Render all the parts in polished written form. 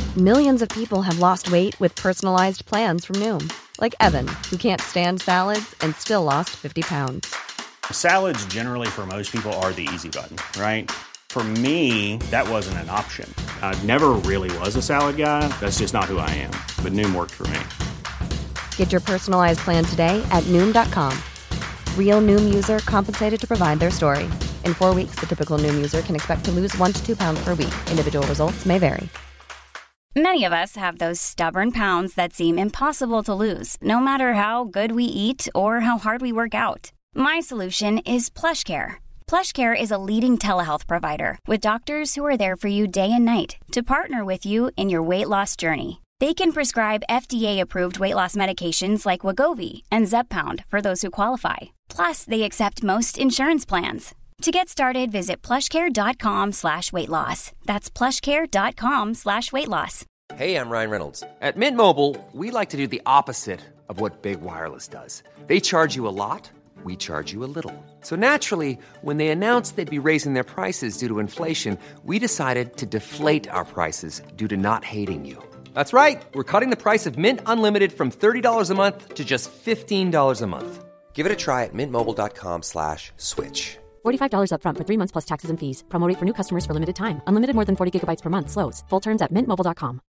Millions of people have lost weight with personalized plans from Noom. Like Evan, who can't stand salads and still lost 50 pounds. Salads generally for most people are the easy button, right? For me, that wasn't an option. I never really was a salad guy. That's just not who I am. But Noom worked for me. Get your personalized plan today at Noom.com. Real Noom user compensated to provide their story. In 4 weeks, the typical Noom user can expect to lose 1 to 2 pounds per week. Individual results may vary. Many of us have those stubborn pounds that seem impossible to lose, no matter how good we eat or how hard we work out. My solution is PlushCare. PlushCare is a leading telehealth provider with doctors who are there for you day and night to partner with you in your weight loss journey. They can prescribe FDA-approved weight loss medications like Wegovy and Zepbound for those who qualify. Plus, they accept most insurance plans. To get started, visit plushcare.com/weightloss. That's plushcare.com/weightloss. Hey, I'm Ryan Reynolds. At Mint Mobile, we like to do the opposite of what Big Wireless does. They charge you a lot, we charge you a little. So naturally, when they announced they'd be raising their prices due to inflation, we decided to deflate our prices due to not hating you. That's right. We're cutting the price of Mint Unlimited from $30 a month to just $15 a month. Give it a try at mintmobile.com/switch. $45 up front for 3 months plus taxes and fees. Promo rate for new customers for limited time. Unlimited more than 40 gigabytes per month. Slows full terms at mintmobile.com.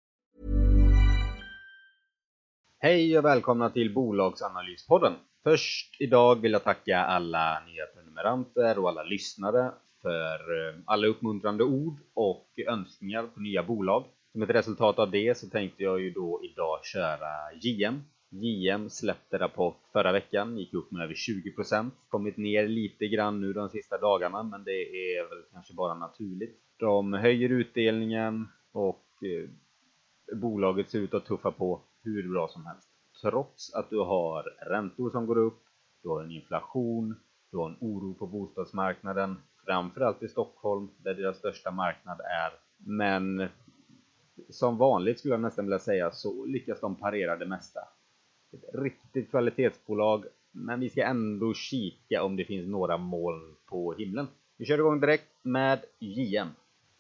Hej och välkomna till Bolagsanalyspodden. Först idag vill jag tacka alla nya prenumeranter och alla lyssnare för alla uppmuntrande ord och önskningar på nya bolag. Som ett resultat av det så tänkte jag ju då idag köra JM. JM släppte rapport förra veckan, gick upp med över 20%, kommit ner lite grann nu de sista dagarna, men det är väl kanske bara naturligt. De höjer utdelningen och bolaget ser ut att tuffa på hur bra som helst. Trots att du har räntor som går upp, du har en inflation, du har en oro på bostadsmarknaden, framförallt i Stockholm där deras största marknad är. Men som vanligt skulle jag nästan vilja säga så lyckas de parera det mesta. Ett riktigt kvalitetsbolag, men vi ska ändå kika om det finns några moln på himlen. Vi kör igång direkt med JM.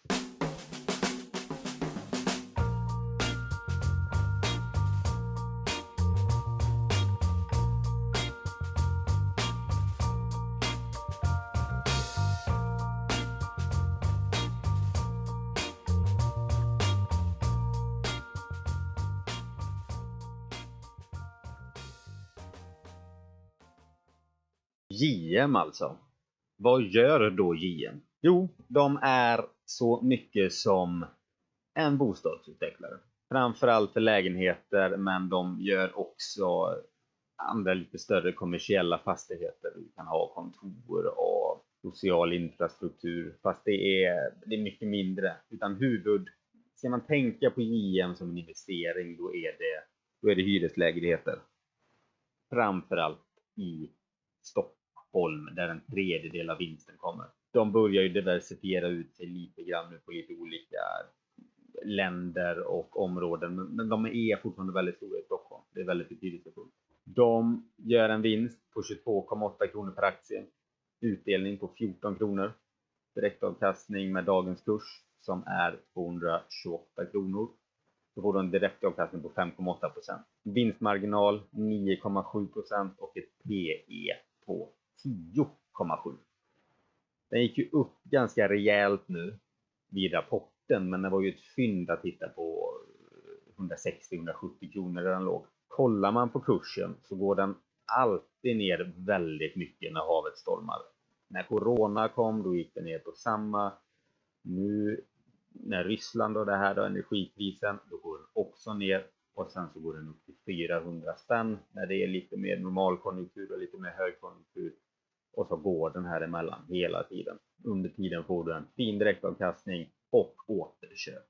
JM alltså. Vad gör då JM? Jo, de är så mycket som en bostadsutvecklare. Framförallt för lägenheter, men de gör också andra lite större kommersiella fastigheter. Du kan ha kontor och social infrastruktur, fast det är mycket mindre. Utan ska man tänka på JM som en investering, då är det hyreslägenheter. Framförallt i Stockholm, där en tredjedel av vinsten kommer. De börjar ju diversifiera ut sig lite grann nu på lite olika länder och områden, men de är fortfarande väldigt stora i Stockholm. Det är väldigt betydelsefullt. De gör en vinst på 22,8 kronor per aktie, utdelning på 14 kronor, direktavkastning med dagens kurs som är 228 kronor. Så får du en direktavkastning på 5,8%. Vinstmarginal 9,7% och ett PE på 10,7. Den gick ju upp ganska rejält nu vid rapporten, men det var ju ett fynd att titta på 160-170 kronor där den låg. Kollar man på kursen så går den alltid ner väldigt mycket när havet stormar. När corona kom då gick den ner på samma. Nu när Ryssland och det här då, energikrisen, då går den också ner. Och sen så går den upp till 400 spänn när det är lite mer normalkonjunktur och lite mer högkonjunktur. Och så går den här emellan hela tiden. Under tiden får du en fin direktavkastning och återköp.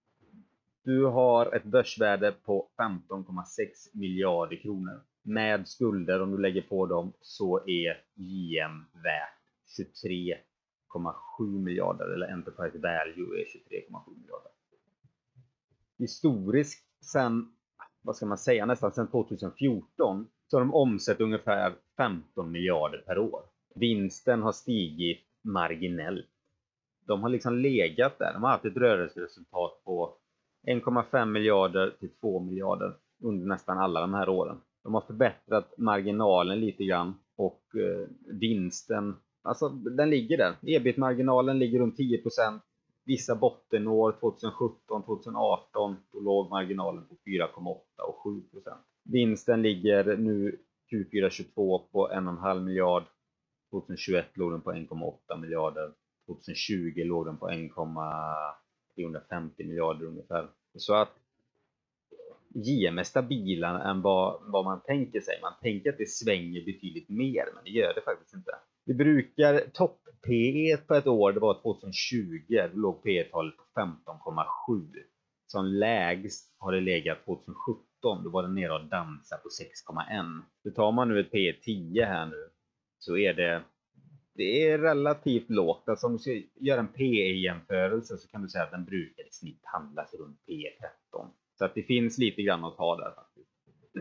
Du har ett börsvärde på 15,6 miljarder kronor. Med skulder, om du lägger på dem, så är JM värt 23,7 miljarder. Eller enterprise value är 23,7 miljarder. Historiskt sen, nästan sedan 2014 så har de omsatt ungefär 15 miljarder per år. Vinsten har stigit marginellt. De har liksom legat där. De har haft ett rörelseresultat på 1,5 miljarder till 2 miljarder under nästan alla de här åren. De har förbättrat marginalen lite grann och vinsten, alltså den ligger där. EBIT-marginalen ligger runt 10%. Vissa bottenår 2017, 2018, då låg marginalen på 4,8 och 7%. Vinsten ligger nu Q4 22 på 1,5 miljard. 2021 låg den på 1,8 miljarder. 2020 låg den på 1,350 miljarder ungefär. Så att JM är stabilare än vad man tänker sig. Man tänker att det svänger betydligt mer, men det gör det faktiskt inte. Vi brukar topp P/E på ett år, det var 2020, det låg P/E-talet på 15,7. Som lägst har det legat 2017, då var det nere och dansat på 6,1. Så tar man nu ett P/E10 här nu, så är det är relativt lågt. Alltså om du ska göra en P/E-jämförelse så kan du säga att den brukar i snitt handlas runt P/E13. Så att det finns lite grann att ta där faktiskt.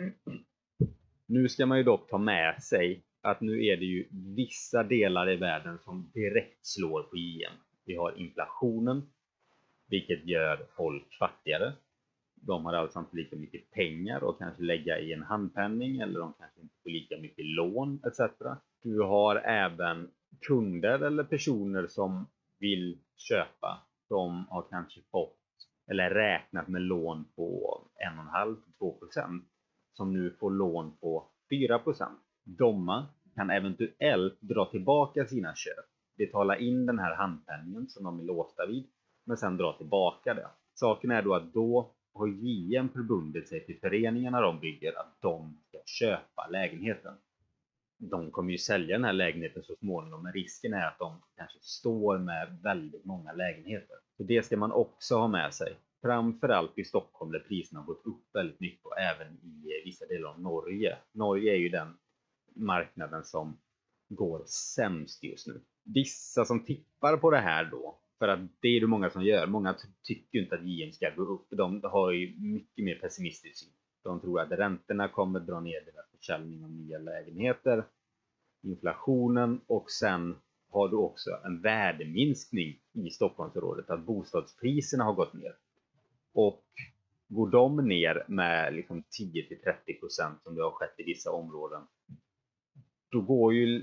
Nu ska man ju dock ta med sig att nu är det ju vissa delar i världen som direkt slår på JM. Vi har inflationen, vilket gör folk fattigare. De har alltså inte lika mycket pengar och kanske lägga i en handpenning, eller de kanske inte får lika mycket lån etc. Du har även kunder eller personer som vill köpa. De har kanske fått eller räknat med lån på 1,5-2% som nu får lån på 4%. De kan eventuellt dra tillbaka sina köp, betala in den här handpenningen som de är låsta vid, men sen dra tillbaka det. Saken är då att då har JM förbundit sig till föreningarna de bygger att de ska köpa lägenheten. De kommer ju sälja den här lägenheten så småningom, men risken är att de kanske står med väldigt många lägenheter. Så det ska man också ha med sig. Framförallt i Stockholm där priserna har gått upp väldigt mycket, och även i vissa delar av Norge. Norge är ju den marknaden som går sämst just nu. Vissa som tippar på det här då, för att det är det många som gör. Många tycker inte att JM ska gå upp. De har ju mycket mer pessimistisk syn. De tror att räntorna kommer dra ner deras försäljning av nya lägenheter, inflationen, och sen har du också en värdeminskning i Stockholmsområdet, att bostadspriserna har gått ner. Och går de ner med liksom 10-30% som det har skett i vissa områden, då går ju,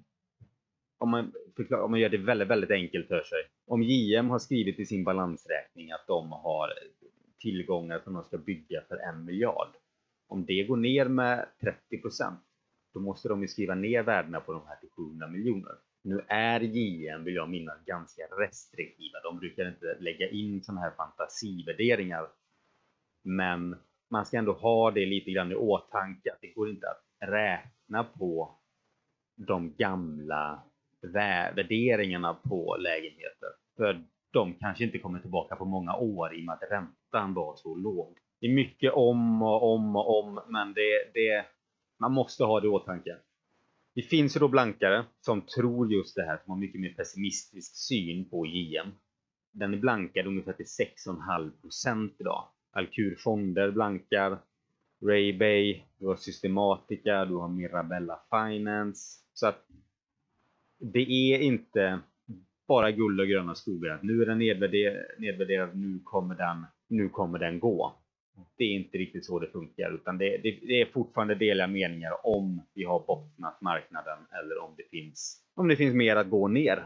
om man gör det väldigt, väldigt enkelt för sig. Om JM har skrivit i sin balansräkning att de har tillgångar som de ska bygga för 1 miljard. Om det går ner med 30%, då måste de ju skriva ner värdena på de här till 700 miljoner. Nu är JM, vill jag minnas, ganska restriktiva. De brukar inte lägga in sådana här fantasivärderingar. Men man ska ändå ha det lite grann i åtanke, att det går inte att räkna på de gamla värderingarna på lägenheter. För de kanske inte kommer tillbaka på många år i och med att räntan var så låg. Det är mycket om, men man måste ha det i åtanke. Det finns ju då blankare som tror just det här, som har mycket mer pessimistisk syn på JM. Den är blankad ungefär till 6,5% idag. Alcur Fonder blankar, Ray Bay, du har Systematica, du har Mirabella Finance. Så att det är inte bara guld och gröna skogar. Nu är den nedvärderad, nu kommer den gå. Det är inte riktigt så det funkar, utan det är fortfarande delade meningar om vi har bottnat marknaden eller om det finns mer att gå ner.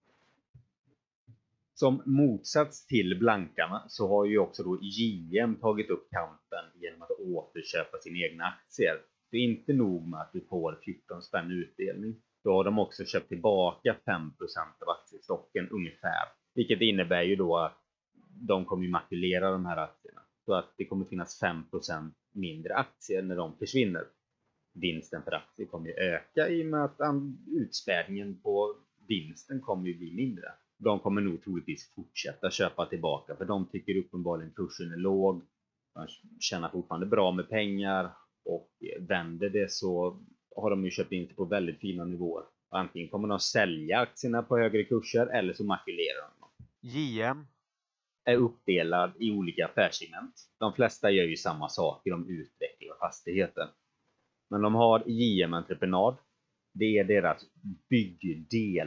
Som motsats till blankarna så har ju också då JM tagit upp kampen genom att återköpa sina egna aktier. Det är inte nog med att du får 14 spänn utdelning. Då har de också köpt tillbaka 5% av aktiestocken ungefär. Vilket innebär ju då att de kommer makulera de här aktierna. Så att det kommer finnas 5% mindre aktier när de försvinner. Vinsten för aktier kommer ju öka i och med att utspädningen på vinsten kommer ju bli mindre. De kommer nog troligtvis fortsätta köpa tillbaka, för de tycker uppenbarligen kursen är låg. De tjänar fortfarande bra med pengar, och vänder det så har de ju köpt in på väldigt fina nivåer. Antingen kommer de sälja aktierna på högre kurser eller så makulerar de dem. JM är uppdelad i olika affärssegment. De flesta gör ju samma saker, de utvecklar fastigheter. Men de har JM Entreprenad. Det är deras byggdel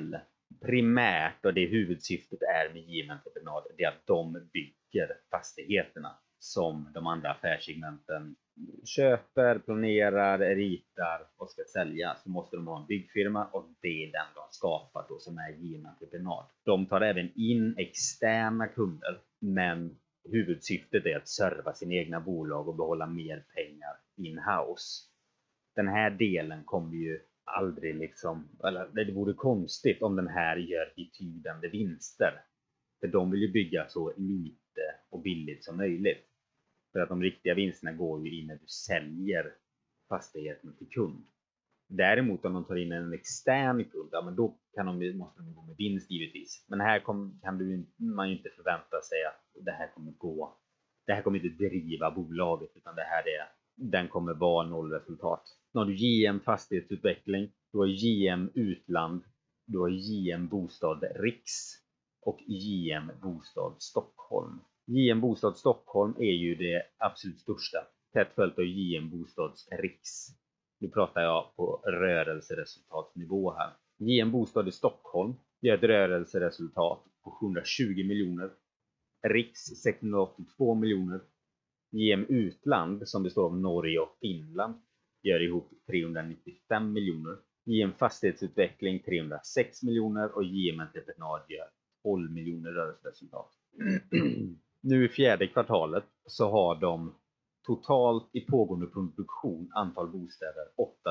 primärt, och det huvudsyftet är med JM Entreprenad, det är att de bygger fastigheterna som de andra affärssegmenten köper, planerar, ritar och ska sälja. Så måste de ha en byggfirma, och det är den de skapat då, som är JM Entreprenad. De tar även in externa kunder, men huvudsyftet är att serva sina egna bolag och behålla mer pengar in-house. Den här delen kommer ju aldrig liksom, eller det vore konstigt om den här gör betydande vinster. För de vill ju bygga så lite och billigt som möjligt. För att de riktiga vinsterna går ju in när du säljer fastigheten till kund. Däremot om de tar in en extern kund, ja, men då måste de gå med vinst givetvis. Men här kan man ju inte förvänta sig att det här kommer inte driva bolaget, utan den kommer vara nollresultat. Nu har du JM fastighetsutveckling, du har JM utland, du har JM bostad Riks och JM bostad Stockholm. JM bostad Stockholm är ju det absolut största, tätt följt av JM bostads Riks. Nu pratar jag på rörelseresultatsnivå här. JM bostad i Stockholm gör ett rörelseresultat på 720 miljoner. Riks 682 miljoner. JM utland, som består av Norge och Finland, gör ihop 395 miljoner. JM fastighetsutveckling 306 miljoner och JM entreprenad gör 12 miljoner rörelseresultat. Nu i fjärde kvartalet så har de totalt i pågående produktion antal bostäder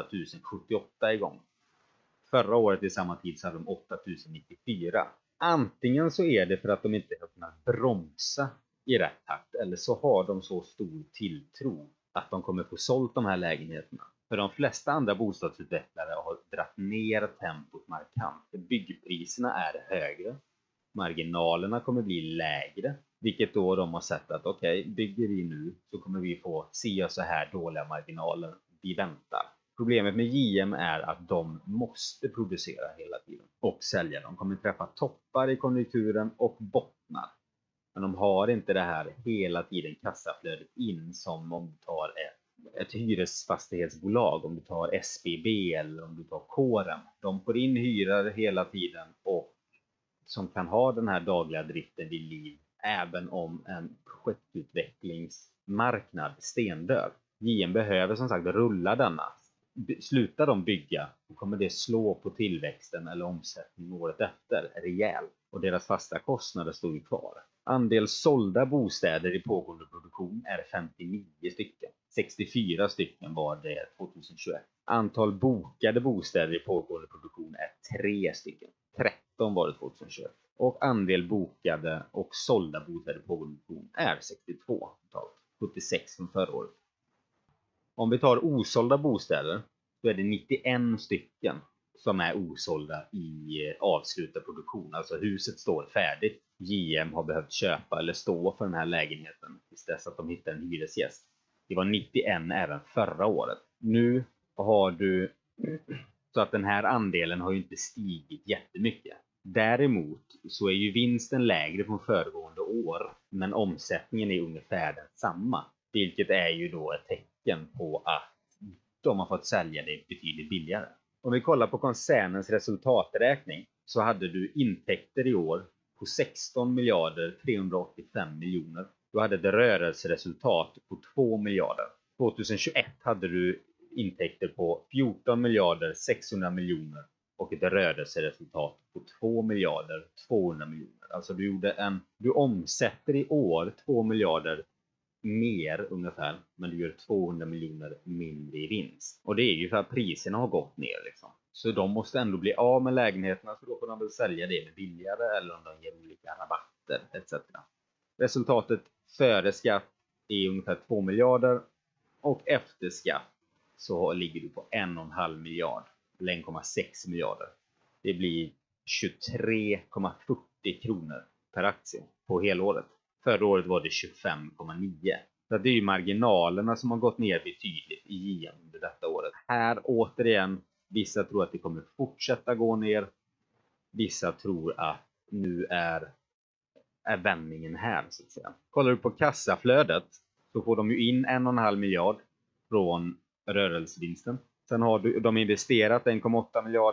8078 igång. Förra året i samma tid så hade de 8094. Antingen så är det för att de inte har kunnat bromsa i rätt takt, eller så har de så stor tilltro att de kommer få sålt de här lägenheterna. För de flesta andra bostadsutvecklare har dratt ner tempot markant. Byggpriserna är högre. Marginalerna kommer bli lägre. Vilket då de har sett att okej, bygger vi nu så kommer vi få se så här dåliga marginaler. Vi väntar. Problemet med JM är att de måste producera hela tiden och sälja. De kommer träffa toppar i konjunkturen och bottnar. Men de har inte det här hela tiden kassaflödet in som om du tar ett hyresfastighetsbolag, om du tar SBB eller om du tar Kåren. De får in hyror hela tiden och som kan ha den här dagliga driften vid liv även om en projektutvecklingsmarknad stendör. JM behöver som sagt rulla denna. Slutar de bygga så kommer det slå på tillväxten eller omsättning året efter rejält. Och deras fasta kostnader står ju kvar. Andel sålda bostäder i pågående produktion är 59 stycken. 64 stycken var det 2021. Antal bokade bostäder i pågående produktion är 3 stycken. 13 var det 2021. Och andel bokade och sålda bostäder i pågående produktion är 62 totalt. 76 från förra året. Om vi tar osålda bostäder så är det 91 stycken som är osålda i avslutad produktion. Alltså huset står färdigt. JM har behövt köpa eller stå för den här lägenheten tills dess att de hittar en hyresgäst. Det var 91 även förra året. Nu har du så att den här andelen har ju inte stigit jättemycket. Däremot så är ju vinsten lägre från föregående år, men omsättningen är ungefär densamma. Vilket är ju då ett tecken på att de har fått sälja det betydligt billigare. Om vi kollar på koncernens resultaträkning så hade du intäkter i år på 16 miljarder 385 miljoner. Du hade ett rörelseresultat på 2 miljarder. 2021 hade du intäkter på 14 miljarder 600 miljoner och ett rörelseresultat på 2 miljarder 200 miljoner. Alltså du omsätter i år 2 miljarder mer ungefär, men du gör 200 miljoner mindre i vinst. Och det är ju för att priserna har gått ner liksom. Så de måste ändå bli av med lägenheterna, så då får de väl sälja det med billigare eller om de ger olika rabatter etc. Resultatet före skatt är ungefär 2 miljarder och efter skatt så ligger du på 1,5 miljard eller 1,6 miljarder. Det blir 23,40 kronor per aktie på helåret. Förra året var det 25,9. Så det är ju marginalerna som har gått ner betydligt i JM under detta året. Här återigen, vissa tror att det kommer fortsätta gå ner. Vissa tror att nu är vändningen här så att säga. Kollar du på kassaflödet så får de ju in 1,5 miljard från rörelsevinsten. Sen har de investerat 1,8 miljarder.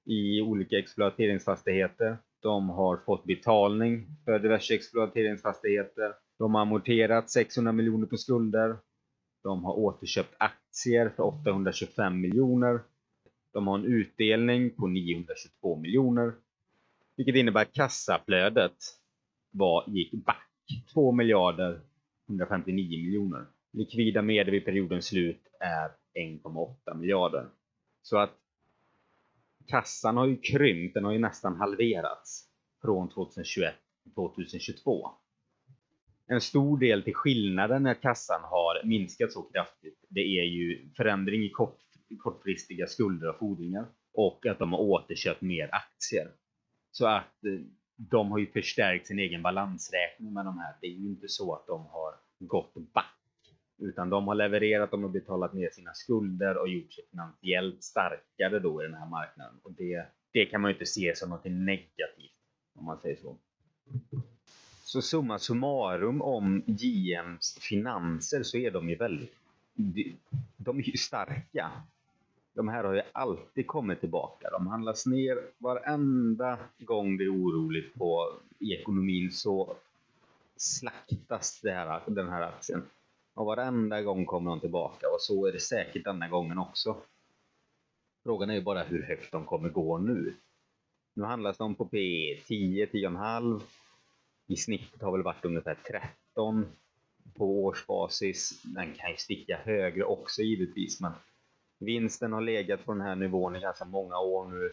i olika exploateringsfastigheter. De har fått betalning för diverse exploateringsfastigheter. De har amorterat 600 miljoner på skulder. De har återköpt aktier för 825 miljoner. De har en utdelning på 922 miljoner. Vilket innebär att kassaflödet gick back 2 miljarder 159 miljoner. Likvida medel vid periodens slut är 1,8 miljarder. Så att kassan har ju krympt, den har ju nästan halverats från 2021 till 2022. En stor del till skillnaden när kassan har minskat så kraftigt, det är ju förändring i kortfristiga skulder och fordringar och att de har återköpt mer aktier. Så att de har ju förstärkt sin egen balansräkning med de här. Det är ju inte så att de har gått back, utan de har levererat, de har betalat ner sina skulder och gjort sig finansiellt starkare då i den här marknaden. Och det kan man ju inte se som något negativt, om man säger så. Så summa summarum om JMs finanser, så är de ju de är ju starka. De här har ju alltid kommit tillbaka. De handlas ner varenda gång det är oroligt i ekonomin, så slaktas den här aktien. Och varenda gång kommer de tillbaka, och så är det säkert denna gången också. Frågan är ju bara hur högt de kommer gå nu. Nu handlas de på P 10-10,5. I snittet har väl varit ungefär 13 på årsbasis. Den kan ju sticka högre också givetvis, men vinsten har legat på den här nivån i ganska många år nu.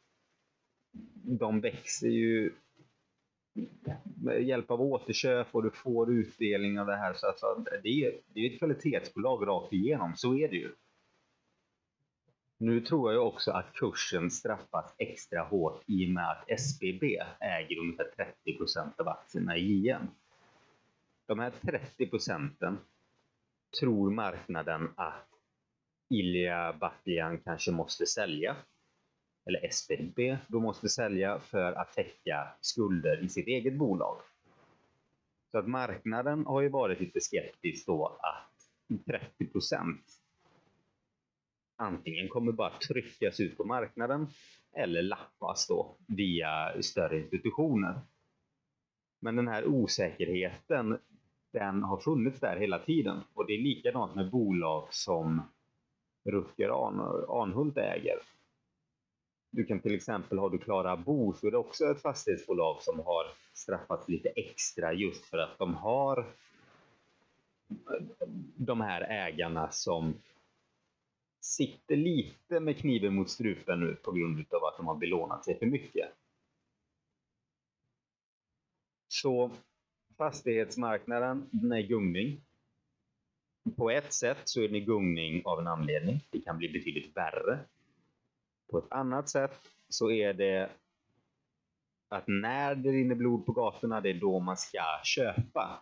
De växer ju med hjälp av återköp och du får utdelning av det här. Så det är ett kvalitetsbolag rakt igenom, så är det ju. Nu tror jag också att kursen straffas extra hårt i och med att SBB äger ungefär 30% av aktierna i JM. De här 30% tror marknaden att Ilija Batljan kanske måste sälja. Eller SBB då måste sälja för att täcka skulder i sitt eget bolag. Så att marknaden har ju varit lite skeptisk då att 30% antingen kommer bara tryckas ut på marknaden eller lappas då via större institutioner. Men den här osäkerheten, den har funnits där hela tiden. Och det är likadant med bolag som Rutger Arnhult äger. Du kan till exempel, har du Klara Bo, så är det också ett fastighetsbolag som har straffats lite extra just för att de har de här ägarna som sitter lite med kniven mot strupen nu på grund av att de har belånat sig för mycket. Så fastighetsmarknaden, den är gungning. På ett sätt så är den i gungning av en anledning. Det kan bli betydligt värre. På ett annat sätt så är det att när det rinner blod på gatorna, det är då man ska köpa.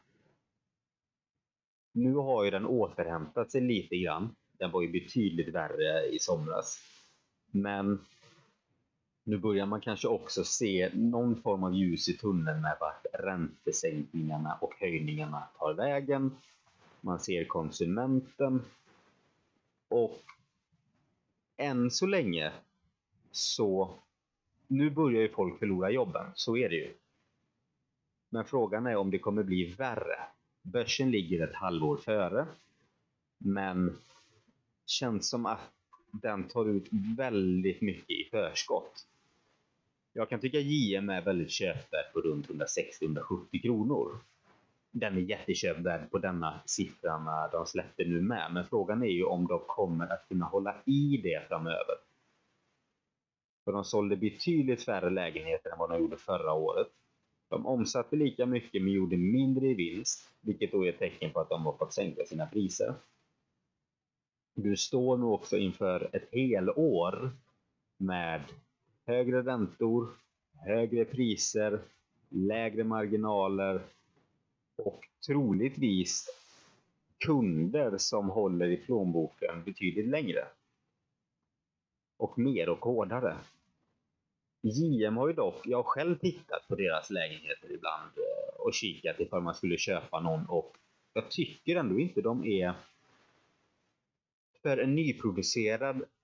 Nu har ju den återhämtat sig lite grann. Den var ju betydligt värre i somras. Men nu börjar man kanske också se någon form av ljus i tunneln med vart räntesänkningarna och höjningarna tar vägen. Man ser konsumenten. Och än så länge så nu börjar ju folk förlora jobben. Så är det ju. Men frågan är om det kommer bli värre. Börsen ligger ett halvår före. Men känns som att den tar ut väldigt mycket i förskott. Jag kan tycka JM är väldigt köpvärd på runt 160-170 kronor. Den är jätteköpvärd på denna siffran de släpper nu med. Men frågan är ju om de kommer att kunna hålla i det framöver. För de sålde betydligt färre lägenheter än vad de gjorde förra året. De omsatte lika mycket men gjorde mindre i vinst. Vilket då är ett tecken på att de har fått sänka sina priser. Du står nu också inför ett helår med högre räntor, högre priser, lägre marginaler och troligtvis kunder som håller i plånboken betydligt längre. Och mer och hårdare. JM har ju dock, jag har själv tittat på deras lägenheter ibland och kikat ifall man skulle köpa någon, och jag tycker ändå inte de är, för en nyproducerad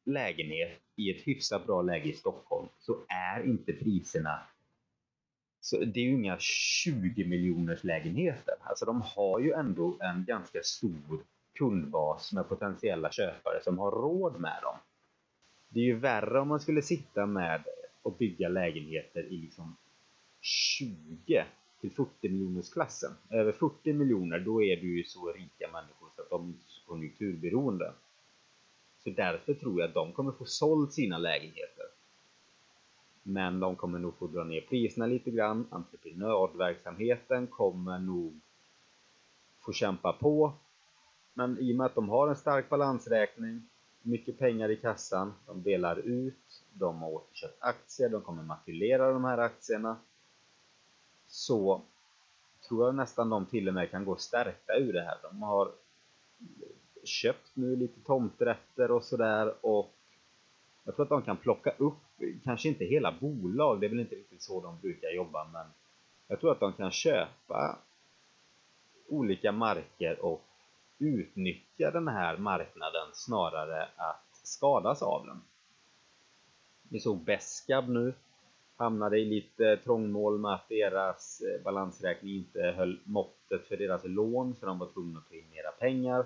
lägenhet i ett hyfsat bra läge i Stockholm så är inte priserna, så det är ju inga 20 miljoners lägenheter. Alltså de har ju ändå en ganska stor kundbas med potentiella köpare som har råd med dem. Det är ju värre om man skulle sitta med och bygga lägenheter i liksom 20 till 40 miljoners klassen. Över 40 miljoner, då är du ju så rika människor så att de är så konjunkturberoende. Så därför tror jag att de kommer få sålt sina lägenheter. Men de kommer nog få dra ner priserna lite grann. Entreprenörverksamheten kommer nog få kämpa på. Men i och med att de har en stark balansräkning, mycket pengar i kassan, de delar ut, de har återköpt aktier, de kommer makulera de här aktierna. Så tror jag nästan de till och med kan gå stärkta ur det här. De har köpt nu lite tomträtter och sådär, och jag tror att de kan plocka upp, kanske inte hela bolag, det är väl inte riktigt så de brukar jobba, men jag tror att de kan köpa olika marker och utnyttja den här marknaden snarare att skadas av den. Vi såg Beskab nu hamnade i lite trångmål med att deras balansräkning inte höll måttet för deras lån, så de var tvungna att ta in mera pengar.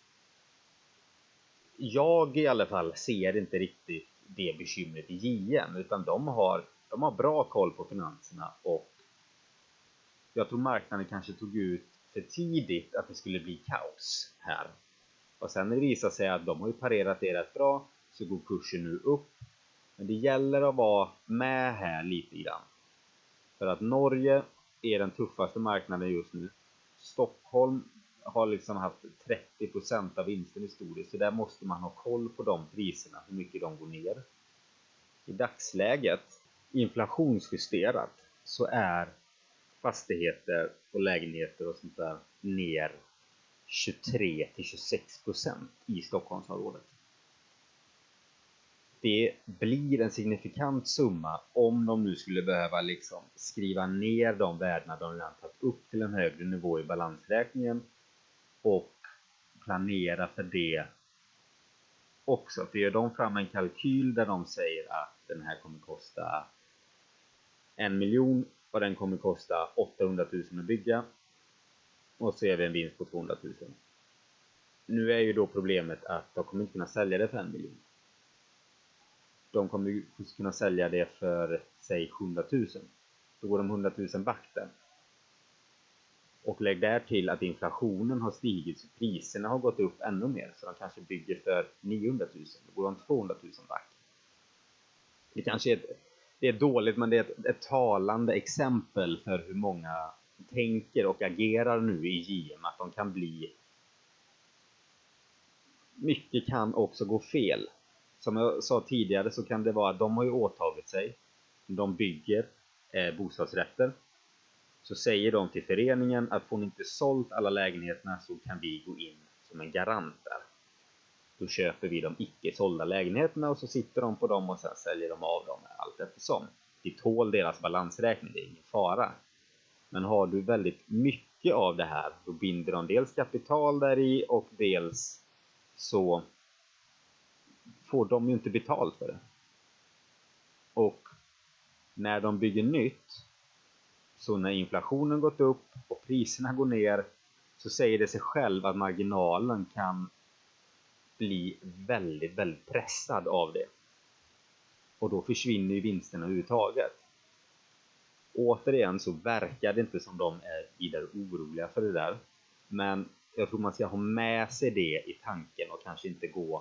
Jag i alla fall ser inte riktigt det bekymret i JM, utan de har bra koll på finanserna, och jag tror marknaden kanske tog ut för tidigt att det skulle bli kaos här. Och sen när det visar sig att de har ju parerat det rätt bra, så går kursen nu upp. Men det gäller att vara med här lite grann. För att Norge är den tuffaste marknaden just nu. Stockholm har liksom haft 30% av vinsten historiskt, så där måste man ha koll på de priserna, hur mycket de går ner. I dagsläget, inflationsjusterat, så är fastigheter och lägenheter och sånt där ner 23-26% i Stockholmsområdet. Det blir en signifikant summa om de nu skulle behöva liksom skriva ner de värdena de redan tagit upp till en högre nivå i balansräkningen och planera för det också. För gör de fram en kalkyl där de säger att den här kommer kosta 1 miljon och den kommer kosta 800 000 att bygga, och så är det en vinst på 200 000. Nu är ju då problemet att de kommer inte kunna sälja det för 1 miljon. De kommer ju kunna sälja det för, säg, 100 000. Då går de 100 000 back där. Och lägg där till att inflationen har stigit, så priserna har gått upp ännu mer. Så de kanske bygger för 900 000. Då går de 200 000 back. Det kanske är dåligt, men det är ett talande exempel för hur många tänker och agerar nu i JM. Att de kan bli... Mycket kan också gå fel. Som jag sa tidigare så kan det vara att de har ju åtagit sig. De bygger bostadsrätter. Så säger de till föreningen att får ni inte sålt alla lägenheterna så kan vi gå in som en garant där. Då köper vi de icke sålda lägenheterna och så sitter de på dem och sen säljer de av dem allt eftersom. Det tål deras balansräkning, det är ingen fara. Men har du väldigt mycket av det här, då binder de dels kapital där i och dels så får de ju inte betalt för det. Och när de bygger nytt, så när inflationen gått upp och priserna går ner, så säger det sig själv att marginalen kan bli väldigt, väldigt pressad av det. Och då försvinner ju vinsterna överhuvudtaget. Återigen så verkar det inte som de är vidare oroliga för det där. Men jag tror man ska ha med sig det i tanken och kanske inte gå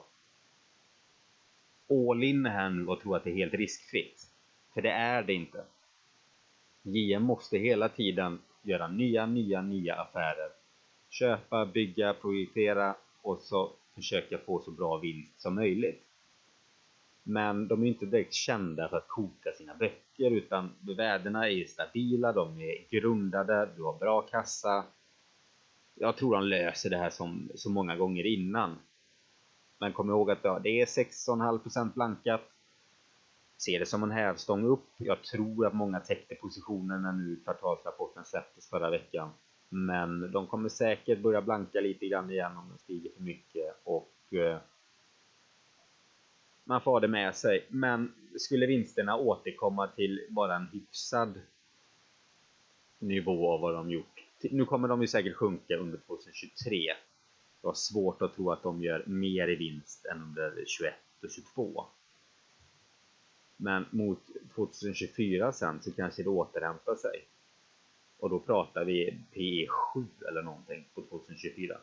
all in här nu och tro att det är helt riskfritt. För det är det inte. JM måste hela tiden göra nya affärer. Köpa, bygga, projektera och så försöka få så bra vinst som möjligt. Men de är inte direkt kända för att koka sina böcker, utan värdena är stabila, de är grundade, du har bra kassa. Jag tror de löser det här som så många gånger innan. Men kom ihåg att det är 6,5% blankat. Ser det som en hävstång upp. Jag tror att många täckte positionerna nu kvartalsrapporten släpptes förra veckan. Men de kommer säkert börja blanka lite grann igen om de stiger för mycket. Och man får ha det med sig. Men skulle vinsterna återkomma till bara en hyfsad nivå av vad de gjort. Nu kommer de ju säkert sjunka under 2023. Det var svårt att tro att de gör mer i vinst än under 21 och 22. Men mot 2024 sen så kanske det återhämtar sig. Och då pratar vi P7 eller någonting på 2024.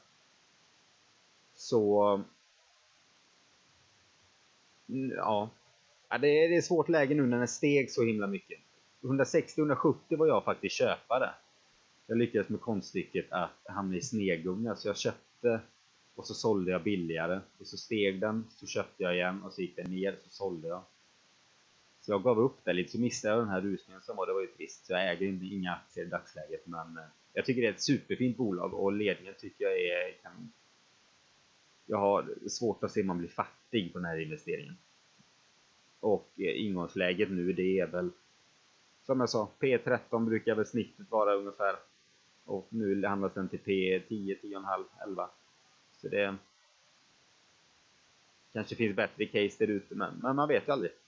Så ja, det är svårt läge nu när den steg så himla mycket. 160-170 var jag faktiskt köpare. Jag lyckades med konststycket att hamna i snegunga, så jag köpte och så sålde jag billigare. Och så steg den, så köpte jag igen och så gick den ner, så sålde jag. Så jag gav upp det lite, så missade jag den här rusningen som var, det var ju trist. Så jag äger inga aktier i dagsläget, men jag tycker det är ett superfint bolag och ledningen tycker jag är jag har svårt att se man blir fattig på den här investeringen. Och ingångsläget nu, det är väl som jag sa, P13 brukar väl snittet vara ungefär. Och nu handlas den till P10, 10,5, 11. Så det kanske finns bättre case där ute, men man vet ju aldrig.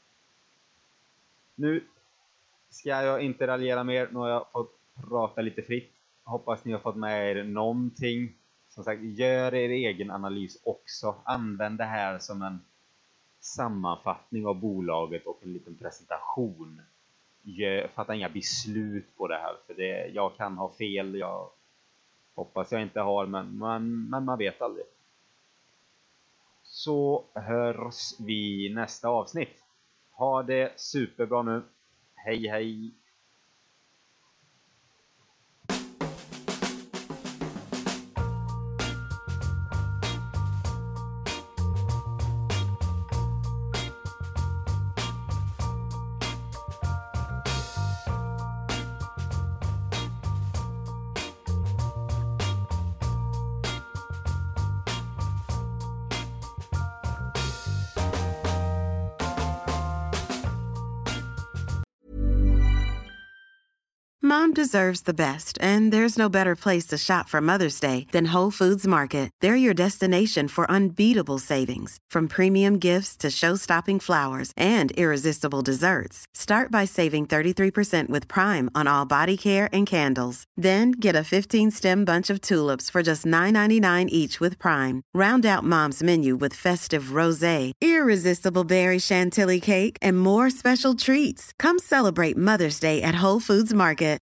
Nu ska jag inte raljera mer. Nu har jag fått prata lite fritt. Hoppas ni har fått med er någonting. Som sagt, gör er egen analys också. Använd det här som en sammanfattning av bolaget och en liten presentation. Fatta inga beslut på det här. För jag kan ha fel. Jag hoppas jag inte har. Men man vet aldrig. Så hörs vi nästa avsnitt. Ha det superbra nu. Hej hej. Mom deserves the best, and there's no better place to shop for Mother's Day than Whole Foods Market. They're your destination for unbeatable savings, from premium gifts to show-stopping flowers and irresistible desserts. Start by saving 33% with Prime on all body care and candles. Then get a 15-stem bunch of tulips for just $9.99 each with Prime. Round out Mom's menu with festive rosé, irresistible berry chantilly cake, and more special treats. Come celebrate Mother's Day at Whole Foods Market.